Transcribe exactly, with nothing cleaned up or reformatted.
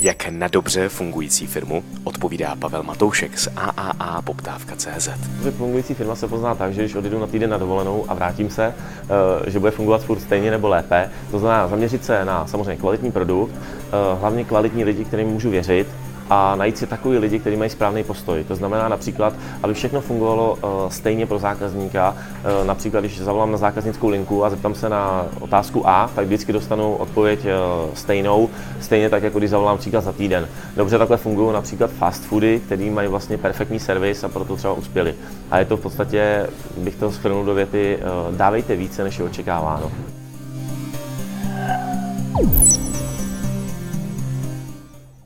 Jak na dobře fungující firmu odpovídá Pavel Matoušek z A A A poptávka tečka cé zet. Dobře fungující firma se pozná tak, že když odjedu na týden na dovolenou a vrátím se, že bude fungovat furt stejně nebo lépe. To znamená zaměřit se na samozřejmě kvalitní produkt, hlavně kvalitní lidi, kterým můžu věřit, a najít si takový lidi, kteří mají správný postoj. To znamená například, aby všechno fungovalo uh, stejně pro zákazníka. Uh, například, když zavolám na zákaznickou linku a zeptám se na otázku A, tak vždycky dostanu odpověď uh, stejnou, stejně tak, jako když zavolám příklad za týden. Dobře takhle fungují například fast foody, který mají vlastně perfektní servis a proto třeba uspěli. A je to v podstatě, bych to shrnul do věty, uh, dávejte více, než je očekáváno.